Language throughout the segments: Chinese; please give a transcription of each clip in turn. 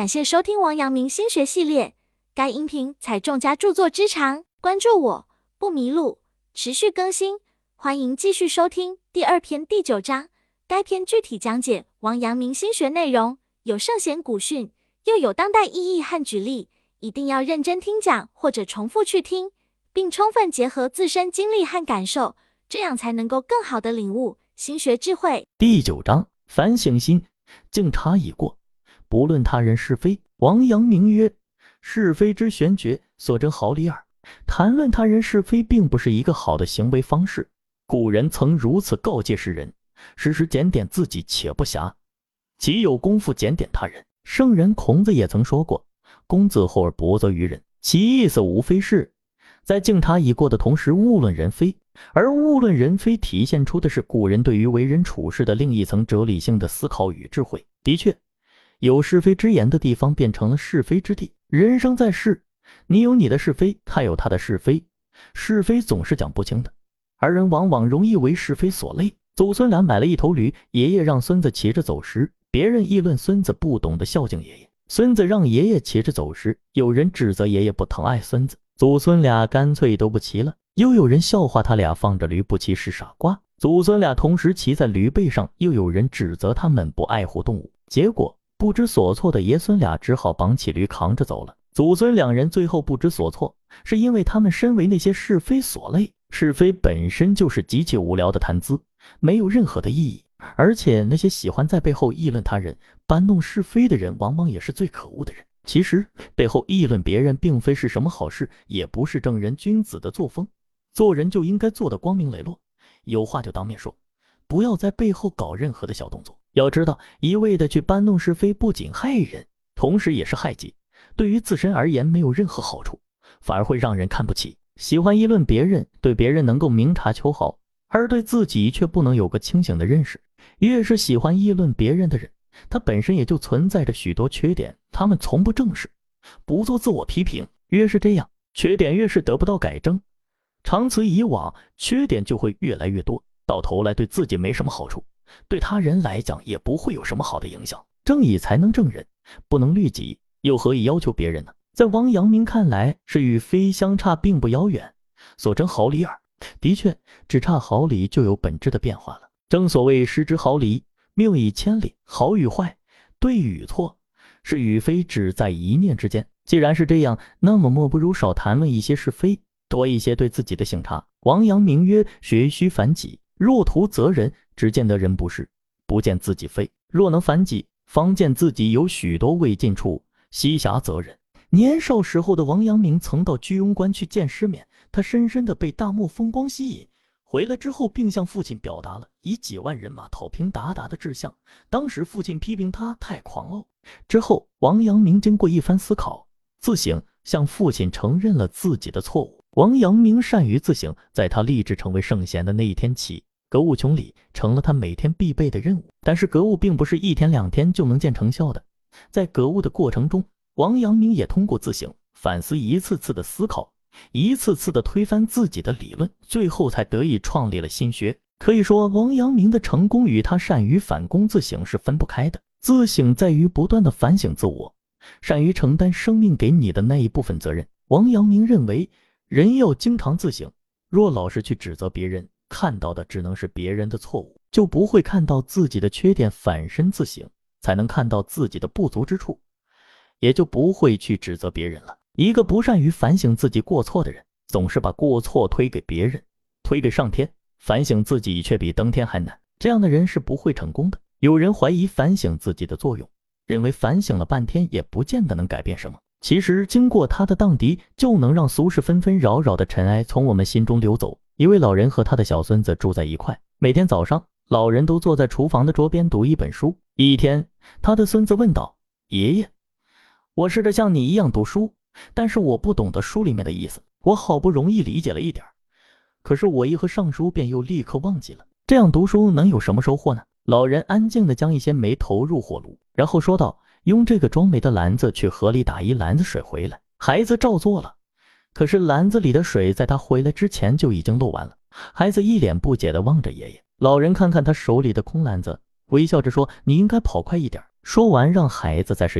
感谢收听王阳明心学系列，该音频采众家著作之长，关注我不迷路，持续更新，欢迎继续收听第2篇第9章。该篇具体讲解王阳明心学内容，有圣贤古训，又有当代意义和举例，一定要认真听讲或者重复去听，并充分结合自身经历和感受，这样才能够更好的领悟心学智慧。 第9章，反省心，境察已过，不论他人是非。王阳明曰：是非之玄绝，所争毫厘耳。谈论他人是非并不是一个好的行为方式。古人曾如此告诫世人：时时检点自己，且不暇，岂有功夫检点他人？圣人孔子也曾说过：公自厚而薄责于人。其意思无非是在境察已过的同时误论人非，而误论人非体现出的是古人对于为人处事的另一层哲理性的思考与智慧。的确，有是非之言的地方变成了是非之地。人生在世，你有你的是非，他有他的是非，是非总是讲不清的，而人往往容易为是非所累。祖孙俩买了一头驴，爷爷让孙子骑着走时，别人议论孙子不懂得孝敬爷爷；孙子让爷爷骑着走时，有人指责爷爷不疼爱孙子。祖孙俩干脆都不骑了，又有人笑话他俩放着驴不骑是傻瓜。祖孙俩同时骑在驴背上，又有人指责他们不爱护动物。结果不知所措的爷孙俩只好绑起驴扛着走了。祖孙两人最后不知所措，是因为他们身为那些是非所累。是非本身就是极其无聊的谈资，没有任何的意义。而且那些喜欢在背后议论他人、搬弄是非的人，往往也是最可恶的人。其实背后议论别人并非是什么好事，也不是正人君子的作风。做人就应该做得光明磊落，有话就当面说，不要在背后搞任何的小动作。要知道，一味的去搬弄是非，不仅害人，同时也是害己。对于自身而言没有任何好处，反而会让人看不起。喜欢议论别人，对别人能够明察秋毫，而对自己却不能有个清醒的认识。越是喜欢议论别人的人，他本身也就存在着许多缺点，他们从不正视，不做自我批评。越是这样，缺点越是得不到改正，长此以往，缺点就会越来越多，到头来对自己没什么好处，对他人来讲也不会有什么好的影响。正义才能正人，不能律己，又何以要求别人呢？在王阳明看来，是与非相差并不遥远，所争毫厘耳。的确，只差毫厘就有本质的变化了。正所谓失之毫厘，谬以千里。好与坏，对与错，是与非只在一念之间。既然是这样，那么莫不如少谈论一些是非，多一些对自己的省察。王阳明曰：学须反己，若图责人，只见得人不是，不见自己非。若能反己，方见自己有许多未尽处，悉暇责人。年少时候的王阳明曾到居庸关去见世面，他深深地被大漠风光吸引，回来之后并向父亲表达了以几万人马讨平鞑靼的志向。当时父亲批评他太狂傲，之后王阳明经过一番思考，自省，向父亲承认了自己的错误。王阳明善于自省，在他立志成为圣贤的那一天起，格物穷理成了他每天必备的任务。但是格物并不是1天2天就能见成效的，在格物的过程中，王阳明也通过自省、反思，一次次的思考，一次次的推翻自己的理论，最后才得以创立了心学。可以说，王阳明的成功与他善于反躬自省是分不开的。自省在于不断的反省自我，善于承担生命给你的那一部分责任。王阳明认为，人要经常自省，若老是去指责别人，看到的只能是别人的错误，就不会看到自己的缺点，反身自省，才能看到自己的不足之处，也就不会去指责别人了。一个不善于反省自己过错的人，总是把过错推给别人，推给上天，反省自己却比登天还难。这样的人是不会成功的。有人怀疑反省自己的作用，认为反省了半天也不见得能改变什么。其实经过他的荡涤，就能让俗世纷纷扰扰的尘埃从我们心中流走。一位老人和他的小孙子住在一块，每天早上老人都坐在厨房的桌边读一本书。一天，他的孙子问道：爷爷，我试着像你一样读书，但是我不懂得书里面的意思。我好不容易理解了一点，可是我一合上书便又立刻忘记了。这样读书能有什么收获呢？老人安静地将一些煤投入火炉，然后说道：用这个装煤的篮子去河里打1篮子水回来。孩子照做了，可是篮子里的水在他回来之前就已经漏完了。孩子一脸不解地望着爷爷。老人看看他手里的空篮子，微笑着说：你应该跑快一点。说完让孩子再试一次。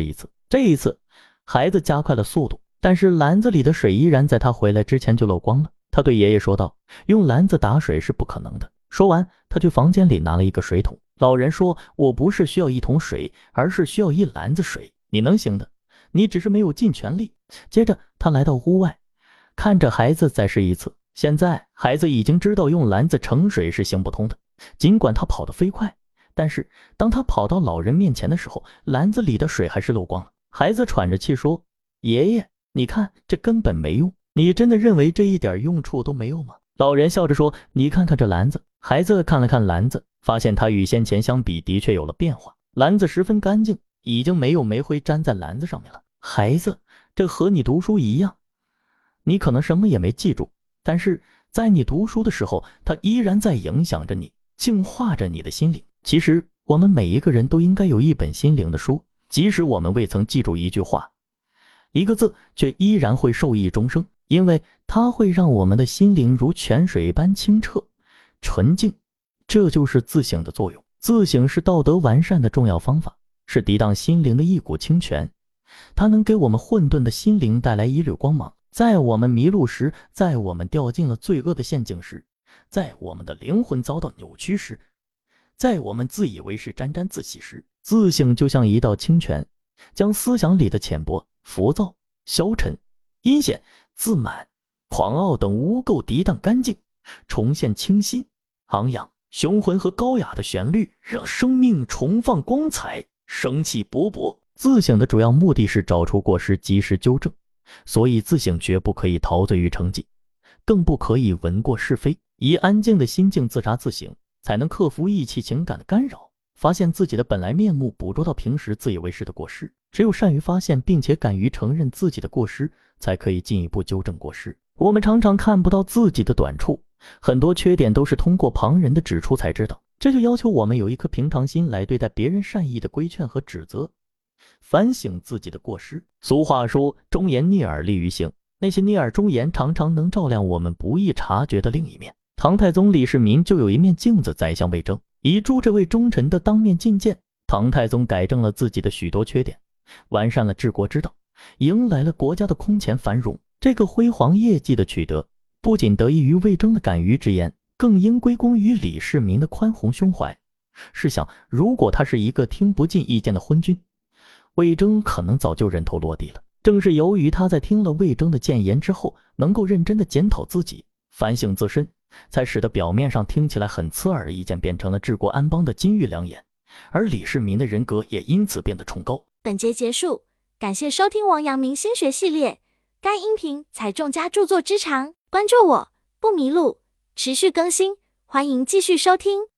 这一次，孩子加快了速度，但是篮子里的水依然在他回来之前就漏光了。他对爷爷说道：“用篮子打水是不可能的。”说完，他去房间里拿了一个水桶。老人说：“我不是需要一桶水，而是需要一篮子水。你能行的，你只是没有尽全力。”接着，他来到屋外，看着孩子再试一次。现在，孩子已经知道用篮子盛水是行不通的。尽管他跑得飞快，但是当他跑到老人面前的时候，篮子里的水还是漏光了。孩子喘着气说：“爷爷，你看，这根本没用。你真的认为这一点用处都没有吗？”老人笑着说：“你看看这篮子。”孩子看了看篮子，发现它与先前相比的确有了变化。篮子十分干净，已经没有煤灰粘在篮子上面了。孩子，这和你读书一样，你可能什么也没记住，但是在你读书的时候，它依然在影响着你，净化着你的心灵。其实我们每一个人都应该有一本心灵的书，即使我们未曾记住一句话、一个字，却依然会受益终生，因为它会让我们的心灵如泉水般清澈、纯净。这就是自省的作用。自省是道德完善的重要方法，是涤荡心灵的一股清泉。它能给我们混沌的心灵带来一缕光芒，在我们迷路时，在我们掉进了罪恶的陷阱时，在我们的灵魂遭到扭曲时，在我们自以为是沾沾自喜时，自省就像一道清泉，将思想里的浅薄、浮躁、消沉、阴险、自满、狂傲等污垢涤荡干净，重现清新、昂扬、雄浑和高雅的旋律，让生命重放光彩，生气勃勃。自省的主要目的是找出过失，及时纠正，所以自省绝不可以陶醉于成绩，更不可以闻过是非，以安静的心境自查自省，才能克服义气情感的干扰，发现自己的本来面目，捕捉到平时自以为是的过失。只有善于发现并且敢于承认自己的过失，才可以进一步纠正过失。我们常常看不到自己的短处，很多缺点都是通过旁人的指出才知道，这就要求我们有一颗平常心来对待别人善意的规劝和指责，反省自己的过失。俗话说，忠言逆耳利于行，那些逆耳忠言常常能照亮我们不易察觉的另一面。唐太宗李世民就有一面镜子，宰相魏征以助这位忠臣的当面觐见。唐太宗改正了自己的许多缺点，完善了治国之道，迎来了国家的空前繁荣。这个辉煌业绩的取得，不仅得益于魏征的敢于直言，更应归功于李世民的宽宏胸怀。试想，如果他是一个听不进意见的昏君，魏征可能早就人头落地了。正是由于他在听了魏征的谏言之后，能够认真的检讨自己，反省自身，才使得表面上听起来很刺耳的意见变成了治国安邦的金玉良言，而李世民的人格也因此变得崇高。 本节结束，感谢收听王阳明心学系列。该音频采众家著作之长，关注我，不迷路，持续更新，欢迎继续收听。